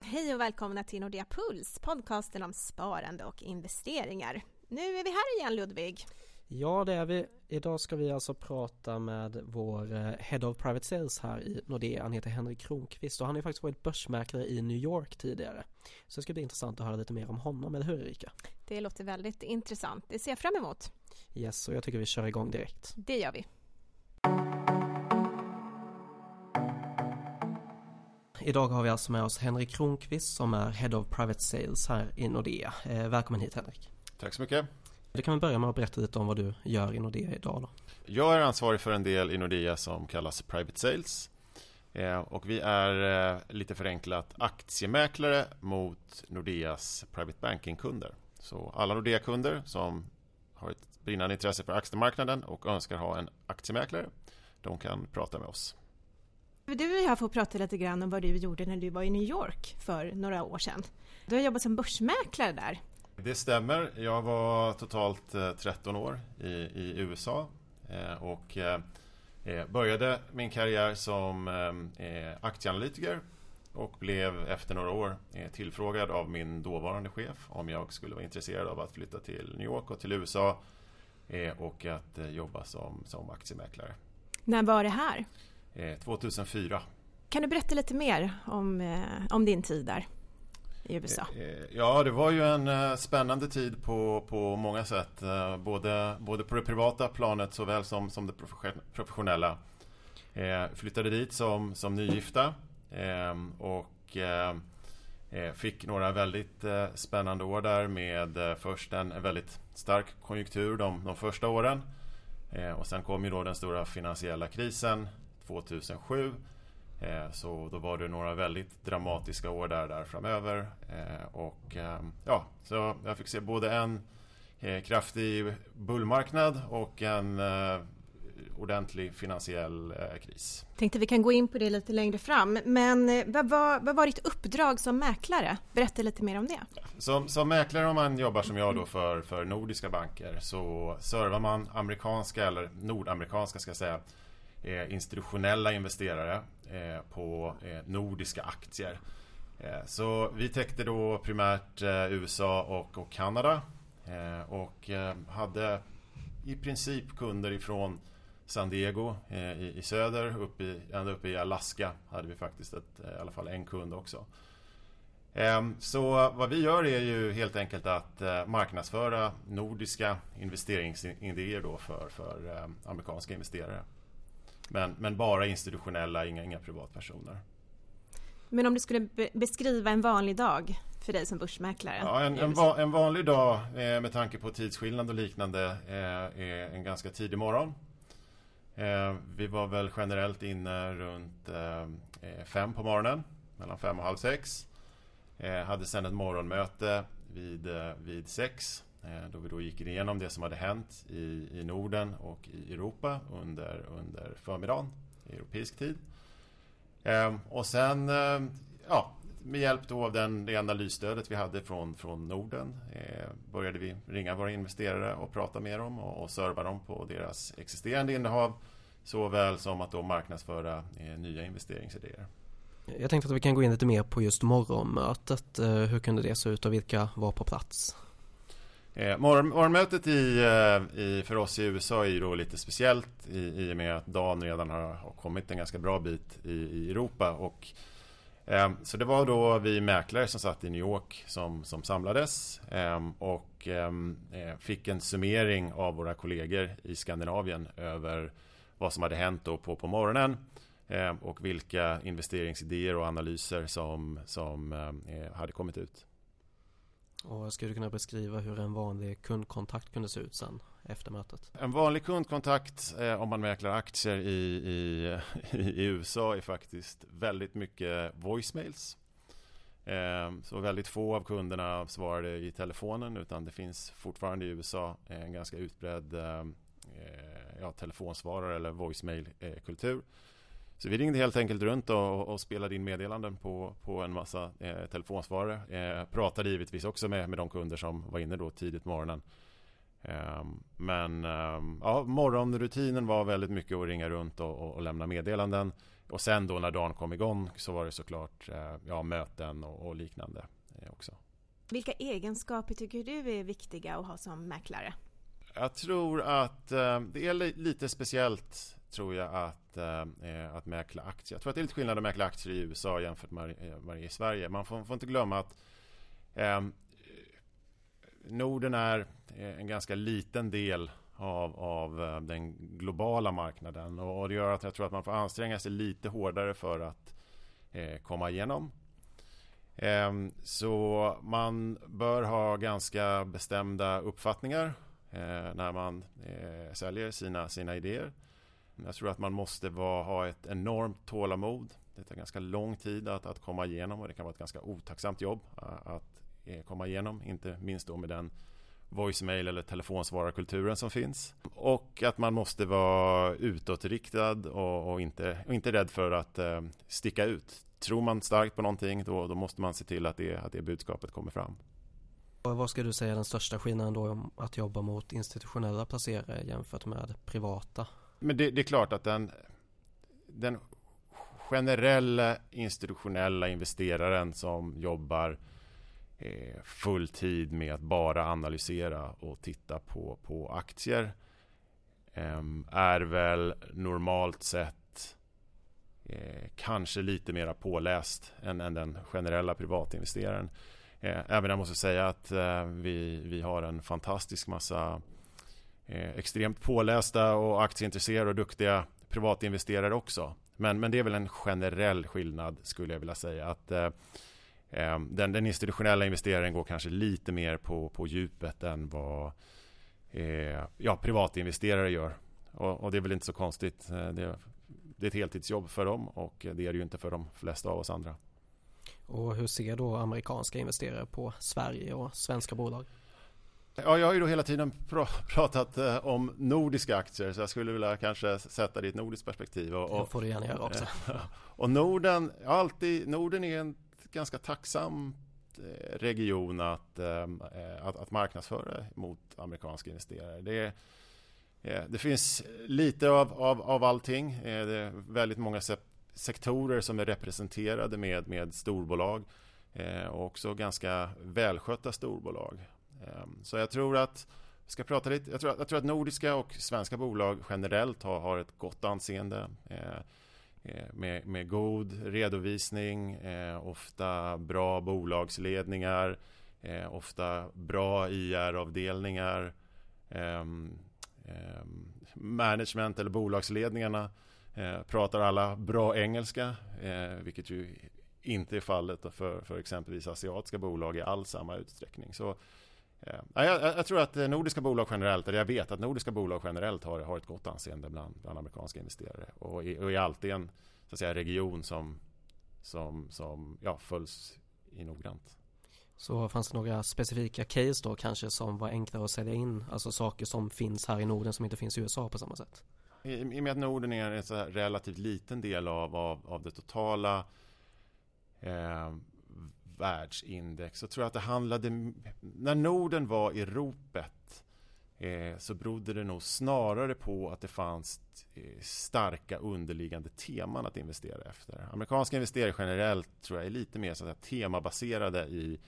Hej och välkomna till Nordea Puls, podcasten om sparande och investeringar. Nu är vi här igen, Ludvig. Ja, det är vi. Idag ska vi alltså prata med vår Head of Private Sales här i Nordea. Han heter Henrik Kronqvist och han har ju faktiskt varit börsmäklare i New York tidigare. Så det ska bli intressant att höra lite mer om honom, eller hur Erika? Det låter väldigt intressant. Det ser jag fram emot. Yes, och jag tycker vi kör igång direkt. Det gör vi. Idag har vi alltså med oss Henrik Kronqvist som är Head of Private Sales här i Nordea. Välkommen hit, Henrik. Tack så mycket. Du kan börja med att berätta lite om vad du gör i Nordea idag då. Jag är ansvarig för en del i Nordea som kallas Private Sales. Och vi är lite förenklat aktiemäklare mot Nordeas Private Banking-kunder. Så alla Nordea-kunder som har ett brinnande intresse för aktiemarknaden och önskar ha en aktiemäklare, de kan prata med oss. Du och jag får prata lite grann om vad du gjorde när du var i New York för några år sedan. Du har jobbat som börsmäklare där. Det stämmer. Jag var totalt 13 år i USA och började min karriär som aktieanalytiker och blev efter några år tillfrågad av min dåvarande chef om jag skulle vara intresserad av att flytta till New York och till USA och att jobba som aktiemäklare. När var det här? 2004. Kan du berätta lite mer om din tid där i USA? Ja, det var ju en spännande tid på många sätt. Både på det privata planet såväl som det professionella. Flyttade dit som nygifta och fick några väldigt spännande år där med först en väldigt stark konjunktur de första åren. Och sen kom ju då den stora finansiella krisen 2007. Så då var det några väldigt dramatiska år där framöver. Så jag fick se både en kraftig bullmarknad och en ordentlig finansiell kris. Tänkte vi kan gå in på det lite längre fram. Men vad var ditt uppdrag som mäklare? Berätta lite mer om det. Som mäklare, om man jobbar som jag då för nordiska banker, så servar man amerikanska eller nordamerikanska ska jag säga institutionella investerare på nordiska aktier. Så vi täckte då primärt USA och Kanada och hade i princip kunder ifrån San Diego i söder ända uppe i Alaska hade vi faktiskt i alla fall en kund också. Så vad vi gör är ju helt enkelt att marknadsföra nordiska investeringsidéer då för amerikanska investerare. Men bara institutionella, inga privatpersoner. Men om du skulle beskriva en vanlig dag för dig som börsmäklare? Ja, en vanlig dag med tanke på tidsskillnad och liknande är en ganska tidig morgon. Vi var väl generellt inne runt 5 på morgonen, mellan 5 och halv 6. Hade sedan ett morgonmöte vid 6. Då vi då gick igenom det som hade hänt i Norden och i Europa under förmiddagen i europeisk tid. Och sen med hjälp då av det analysstödet vi hade från Norden började vi ringa våra investerare och prata med dem och serva dem på deras existerande innehav, såväl som att då marknadsföra nya investeringsidéer. Jag tänkte att vi kan gå in lite mer på just morgonmötet. Hur kunde det se ut och vilka var på plats? Morgonmötet för oss i USA är ju då lite speciellt i och med att dagen redan har kommit en ganska bra bit i Europa. Och, så det var då vi mäklare som satt i New York som samlades och fick en summering av våra kollegor i Skandinavien över vad som hade hänt då på morgonen och vilka investeringsidéer och analyser som hade kommit ut. Och skulle du kunna beskriva hur en vanlig kundkontakt kunde se ut sen efter mötet? En vanlig kundkontakt om man mäklar aktier i USA är faktiskt väldigt mycket voicemails. Så väldigt få av kunderna svarade i telefonen, utan det finns fortfarande i USA en ganska utbredd telefonsvarare eller voicemail-kultur. Så vi ringde helt enkelt runt och spelade in meddelanden på en massa telefonsvarare. Pratade givetvis också med de kunder som var inne då tidigt på morgonen. Men morgonrutinen var väldigt mycket att ringa runt och lämna meddelanden. Och sen då när dagen kom igång så var det såklart möten och liknande också. Vilka egenskaper tycker du är viktiga att ha som mäklare? Jag tror att det är lite speciellt, tror jag, att mäkla aktier. Jag tror att det är lite skillnad att mäkla aktier i USA jämfört med i Sverige. Man får inte glömma att Norden är en ganska liten del av den globala marknaden, och det gör att jag tror att man får anstränga sig lite hårdare för att komma igenom. Så man bör ha ganska bestämda uppfattningar när man säljer sina idéer. Jag tror att man måste ha ett enormt tålamod. Det tar ganska lång tid att komma igenom, och det kan vara ett ganska otacksamt jobb att komma igenom, inte minst då med den voicemail eller telefonsvararkulturen som finns. Och att man måste vara utåtriktad och inte rädd för att sticka ut. Tror man starkt på någonting, då måste man se till att det budskapet kommer fram. Och vad ska du säga är den största skillnaden då om att jobba mot institutionella placerare jämfört med privata? Men det är klart att den generella institutionella investeraren som jobbar fulltid med att bara analysera och titta på aktier är väl normalt sett kanske lite mer påläst än den generella privatinvesteraren. Även jag måste säga att vi har en fantastisk massa extremt pålästa och aktieintresserade och duktiga privatinvesterare också. Men det är väl en generell skillnad, skulle jag vilja säga, att den institutionella investeraren går kanske lite mer på djupet än vad privatinvesterare gör. Och det är väl inte så konstigt. Det är ett heltidsjobb för dem, och det är det ju inte för de flesta av oss andra. Och hur ser då amerikanska investerare på Sverige och svenska bolag? Ja, jag har ju då hela tiden pratat om nordiska aktier, så jag skulle vilja kanske sätta det i ett nordiskt perspektiv. Det får du gärna göra också. Och Norden är en ganska tacksam region att marknadsföra mot amerikanska investerare. Det finns lite av allting. Det är väldigt många sektorer som är representerade med storbolag, och också ganska välskötta storbolag. Så jag tror att vi ska prata lite. Jag tror att nordiska och svenska bolag generellt har ett gott anseende med god redovisning, ofta bra bolagsledningar, ofta bra IR-avdelningar, management eller bolagsledningarna pratar alla bra engelska, vilket ju inte är fallet för exempelvis asiatiska bolag i all samma utsträckning. Så jag tror att nordiska bolag generellt, eller jag vet att nordiska bolag generellt har ett gott anseende bland amerikanska investerare, och är alltid en, så att säga, region som följs i noggrant. Så fanns det några specifika case då kanske som var enklare att sälja in, alltså saker som finns här i Norden som inte finns i USA på samma sätt? I och med att Norden är en så här relativt liten del av det totala världsindex, så tror jag att det handlade, när Norden var i ropet, så berodde det nog snarare på att det fanns starka underliggande teman att investera efter. Amerikanska investerare generellt tror jag är lite mer så att säga temabaserade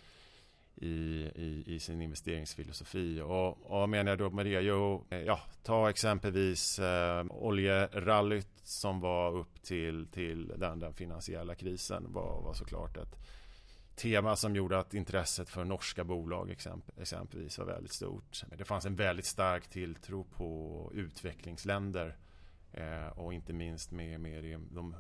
i sin investeringsfilosofi. Och vad menar jag då med det? Jo, ta exempelvis oljerallyt som var upp till den finansiella krisen var såklart ett tema som gjorde att intresset för norska bolag exempelvis var väldigt stort. Det fanns en väldigt stark tilltro på utvecklingsländer, och inte minst med de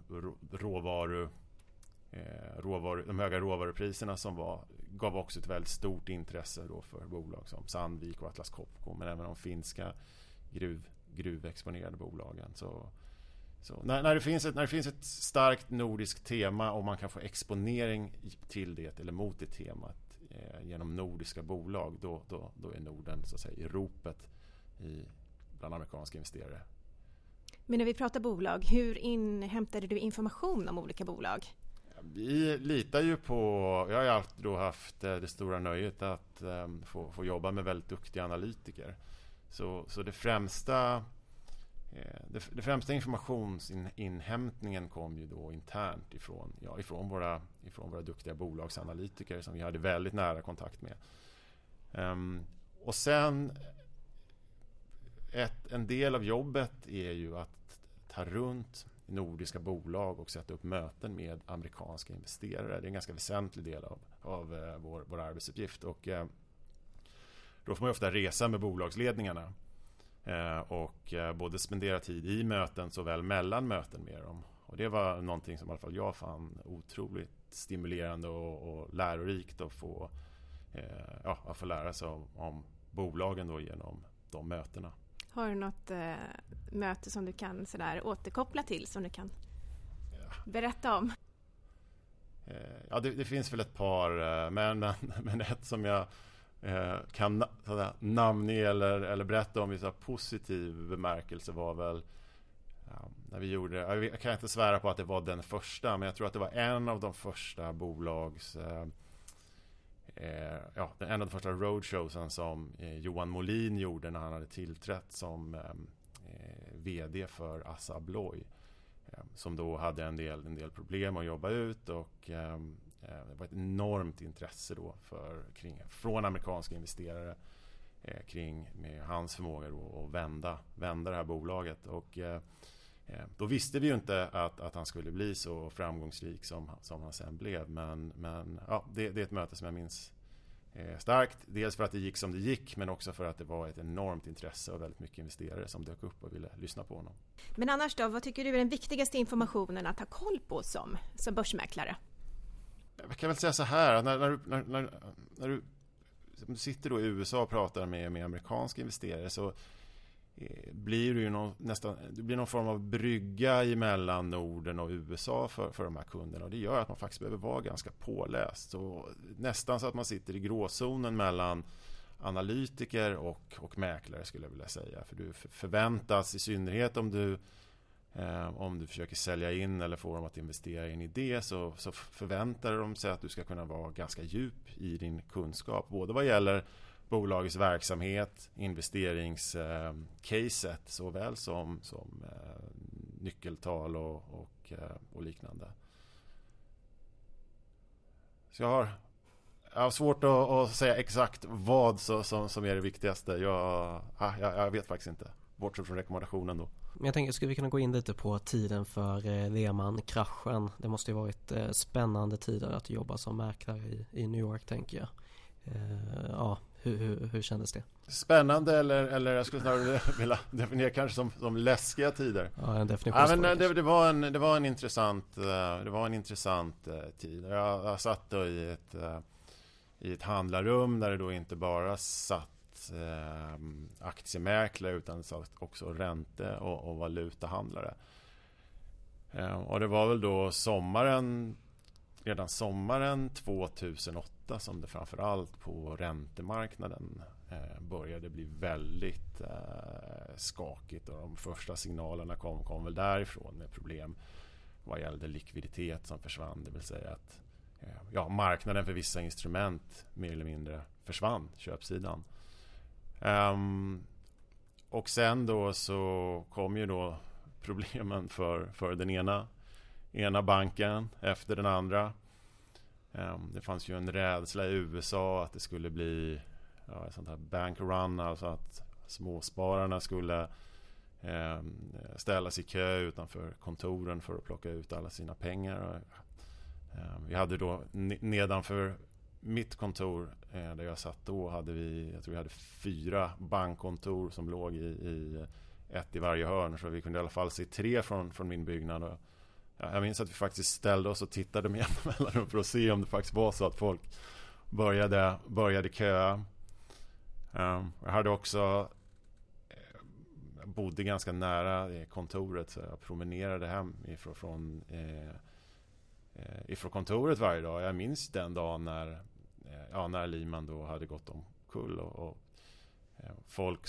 höga råvarupriserna som gav också ett väldigt stort intresse då för bolag som Sandvik och Atlas Copco, men även de finska gruvexponerade bolagen. Så när det finns ett starkt nordiskt tema och man kan få exponering till det eller mot det temat genom nordiska bolag, då är Norden så att säga i ropet bland amerikanska investerare. Men när vi pratar bolag, hur inhämtade du information om olika bolag? Vi litar ju på, jag har alltid då haft det stora nöjet att få jobba med väldigt duktiga analytiker. Så det främsta informationsinhämtningen kom ju då internt ifrån våra duktiga bolagsanalytiker som vi hade väldigt nära kontakt med. Och sen en del av jobbet är ju att ta runt nordiska bolag och sätta upp möten med amerikanska investerare. Det är en ganska väsentlig del av vår arbetsuppgift, och då får man ofta resa med bolagsledningarna och både spendera tid i möten såväl mellan möten med dem. Och det var någonting som i alla fall jag fann otroligt stimulerande och lärorikt att få lära sig om bolagen då genom de mötena. Har du något möte som du kan återkoppla till, som du kan berätta om? Ja, det finns väl ett par, men ett som jag kan namnge eller berätta om i så positiv bemärkelse var väl när vi gjorde, jag kan inte svära på att det var den första, men jag tror att det var en av de första en av de första roadshowsen som Johan Molin gjorde när han hade tillträtt som vd för Assa Abloy, som då hade en del problem att jobba ut, och det var ett enormt intresse då från amerikanska investerare med hans förmåga att vända det här bolaget, och då visste vi ju inte att han skulle bli så framgångsrik som han sen blev, men det är ett möte som jag minns starkt, dels för att det gick som det gick, men också för att det var ett enormt intresse och väldigt mycket investerare som dök upp och ville lyssna på honom. Men annars då, vad tycker du är den viktigaste informationen att ha koll på som börsmäklare? Jag kan väl säga så här, när du sitter då i USA och pratar med amerikanska investerare, så blir det ju någon form av brygga emellan Norden och USA för de här kunderna, och det gör att man faktiskt behöver vara ganska påläst, och nästan så att man sitter i gråzonen mellan analytiker och mäklare, skulle jag vilja säga, för du förväntas, i synnerhet om du försöker sälja in eller få dem att investera i en idé, så förväntar de sig att du ska kunna vara ganska djup i din kunskap, både vad gäller bolagets verksamhet, investeringscaset såväl som nyckeltal och liknande. Så jag har svårt att säga exakt vad som är det viktigaste. Jag vet faktiskt inte, bortsett från rekommendationen då. Men jag tänker, skulle vi kunna gå in lite på tiden för Lehman-kraschen? Det måste ju varit spännande tider att jobba som mäklare i New York, tänker jag. Hur kändes det? Spännande, eller jag skulle snarare vilja definiera kanske som läskiga tider. Ja, en definition. Men det var en intressant tid. Jag satt då i ett handlarrum där det då inte bara satt aktiemäklare, utan satt också ränte- och valutahandlare. Och det var väl då redan sommaren 2008 som det framförallt på räntemarknaden började bli väldigt skakigt, och de första signalerna kom väl därifrån med problem vad gällde likviditet som försvann, det vill säga att marknaden för vissa instrument mer eller mindre försvann, köpsidan. Och sen då så kom ju då problemen för den ena banken efter den andra. Det fanns ju en rädsla i USA att det skulle bli ett sånt här bank run, alltså att småspararna skulle ställa sig i kö utanför kontoren för att plocka ut alla sina pengar. Vi hade då nedanför mitt kontor där jag satt då, hade vi 4 bankkontor som låg i ett i varje hörn, så vi kunde i alla fall se 3 från min byggnad. Och jag minns att vi faktiskt ställde oss och tittade med mellan för att se om det faktiskt var så att folk började köa. Jag hade också bodde ganska nära kontoret, så jag promenerade hem ifrån kontoret varje dag. Jag minns den dagen när Lehman då hade gått omkull, och folk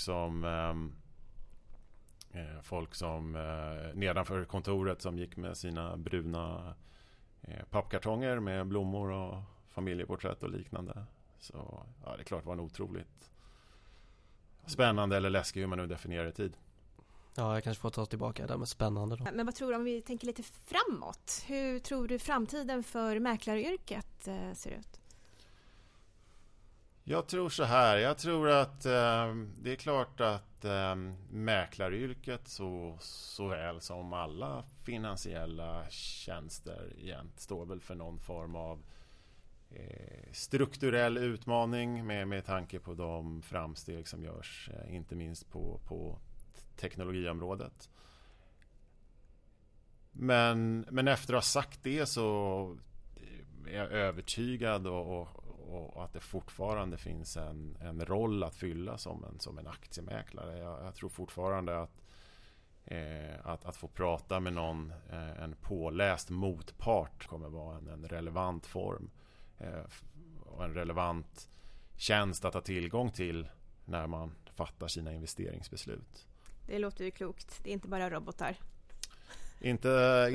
som nedanför kontoret som gick med sina bruna pappkartonger med blommor och familjeporträtt och liknande. Så det är klart, det var en spännande eller läskig, hur man nu definierar i tid. Ja, jag kanske får ta tillbaka det där med spännande då. Men vad tror du om vi tänker lite framåt? Hur tror du framtiden för mäklaryrket ser ut? Jag tror så här. Jag tror att det är klart att mäklaryrket såväl som alla finansiella tjänster står väl för någon form av strukturell utmaning med tanke på de framsteg som görs, inte minst på teknologiområdet. Men efter att ha sagt det så är jag övertygad och att det fortfarande finns en roll att fylla som en aktiemäklare. Jag tror fortfarande att få prata med någon, en påläst motpart, kommer vara en relevant form och en relevant tjänst att ha tillgång till när man fattar sina investeringsbeslut. Det låter ju klokt. Det är inte bara robotar. Inte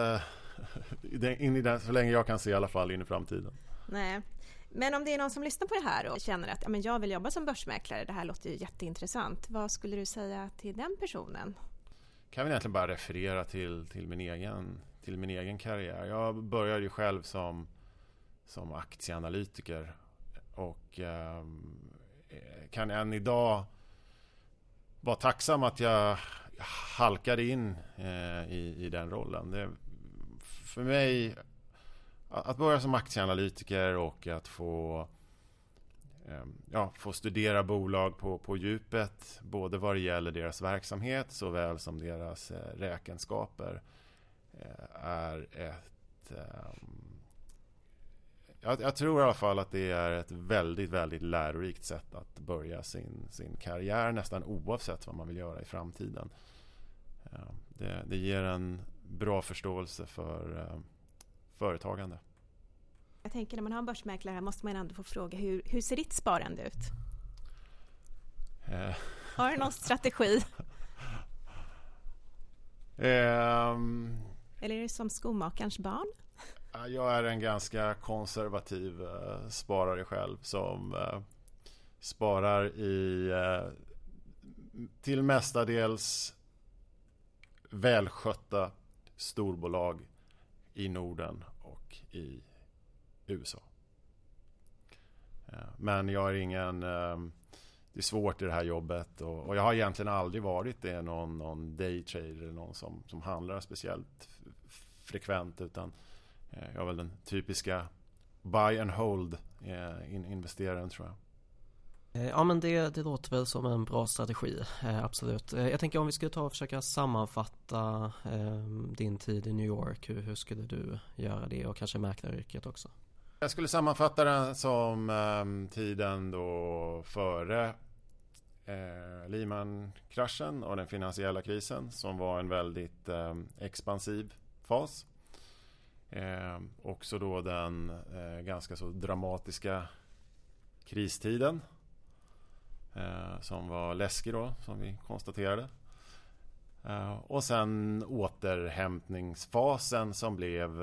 in i den, så länge jag kan se i alla fall in i framtiden. Nej. Men om det är någon som lyssnar på det här och känner att men jag vill jobba som börsmäklare, det här låter ju jätteintressant. Vad skulle du säga till den personen? Kan vi egentligen bara referera till min egen karriär. Jag började ju själv som aktieanalytiker och kan än idag vara tacksam att jag halkade in i den rollen. För mig, att börja som aktieanalytiker och att få studera bolag på djupet, både vad det gäller deras verksamhet såväl som deras räkenskaper, är ett jag tror i alla fall att det är ett väldigt, väldigt lärorikt sätt att börja sin karriär, nästan oavsett vad man vill göra i framtiden. Det ger en bra förståelse för företagande. Jag tänker när man har en börsmäklare här måste man ändå få fråga hur ser ditt sparande ut? Har du någon strategi? Eller är det som skomakarens barn? Jag är en ganska konservativ sparare själv som sparar till mestadels välskötta storbolag i Norden och i USA. Men jag är ingen... Det är svårt i det här jobbet och jag har egentligen aldrig varit någon daytrader eller någon som handlar speciellt frekvent, utan jag är väl den typiska buy and hold investeraren, tror jag. Ja, men det låter väl som en bra strategi, absolut. Jag tänker om vi skulle ta och försöka sammanfatta din tid i New York, hur skulle du göra det, och kanske mäklaryrket också? Jag skulle sammanfatta den som tiden då före Lehman-kraschen och den finansiella krisen, som var en väldigt expansiv fas. Också då den ganska så dramatiska kristiden som var läskig då, som vi konstaterade. Och sen återhämtningsfasen som blev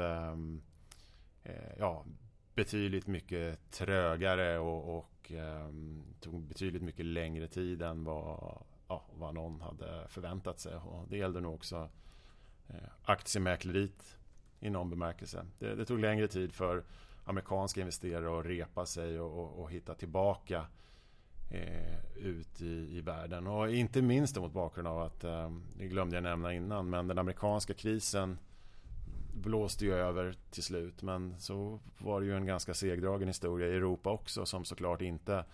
betydligt mycket trögare och tog betydligt mycket längre tid än vad någon hade förväntat sig. Och det gällde nog också aktiemäkleriet i någon bemärkelse. Det tog längre tid för amerikanska investerare att repa sig och hitta tillbaka ut i världen. Och inte minst mot bakgrund av att, det glömde jag nämna innan, men den amerikanska krisen blåste ju över till slut, men så var det ju en ganska segdragen historia i Europa också, som såklart inte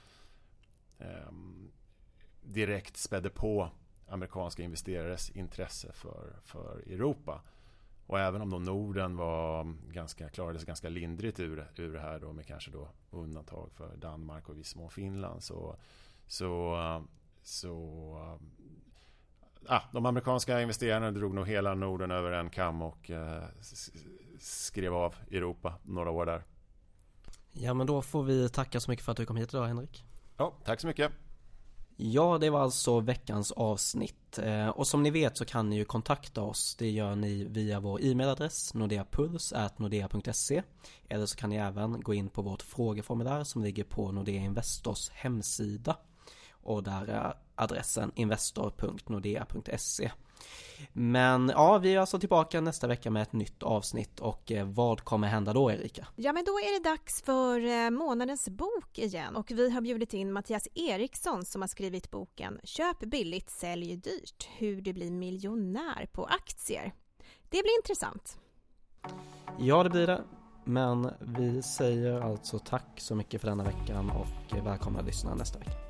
direkt spädde på amerikanska investerares intresse för Europa. Och även om då Norden klarade sig ganska lindrigt ur det här då, med kanske då undantag för Danmark och viss mån Finland, de amerikanska investerarna drog nog hela Norden över en kam och skrev av Europa några år där. Ja, men då får vi tacka så mycket för att du kom hit idag, Henrik. Ja, tack så mycket. Ja, det var alltså veckans avsnitt. Och som ni vet så kan ni ju kontakta oss. Det gör ni via vår e-mailadress nordeapuls@nordea.se. Eller så kan ni även gå in på vårt frågeformulär som ligger på Nordea Investors hemsida. och där är adressen investor.nordea.se. Men ja, vi är alltså tillbaka nästa vecka med ett nytt avsnitt och vad kommer hända då, Erika? Ja, men då är det dags för månadens bok igen och vi har bjudit in Mattias Eriksson som har skrivit boken Köp billigt, sälj dyrt, hur du blir miljonär på aktier. Det blir intressant. Ja, det blir det. Men vi säger alltså tack så mycket för denna veckan och välkomna att lyssna nästa vecka.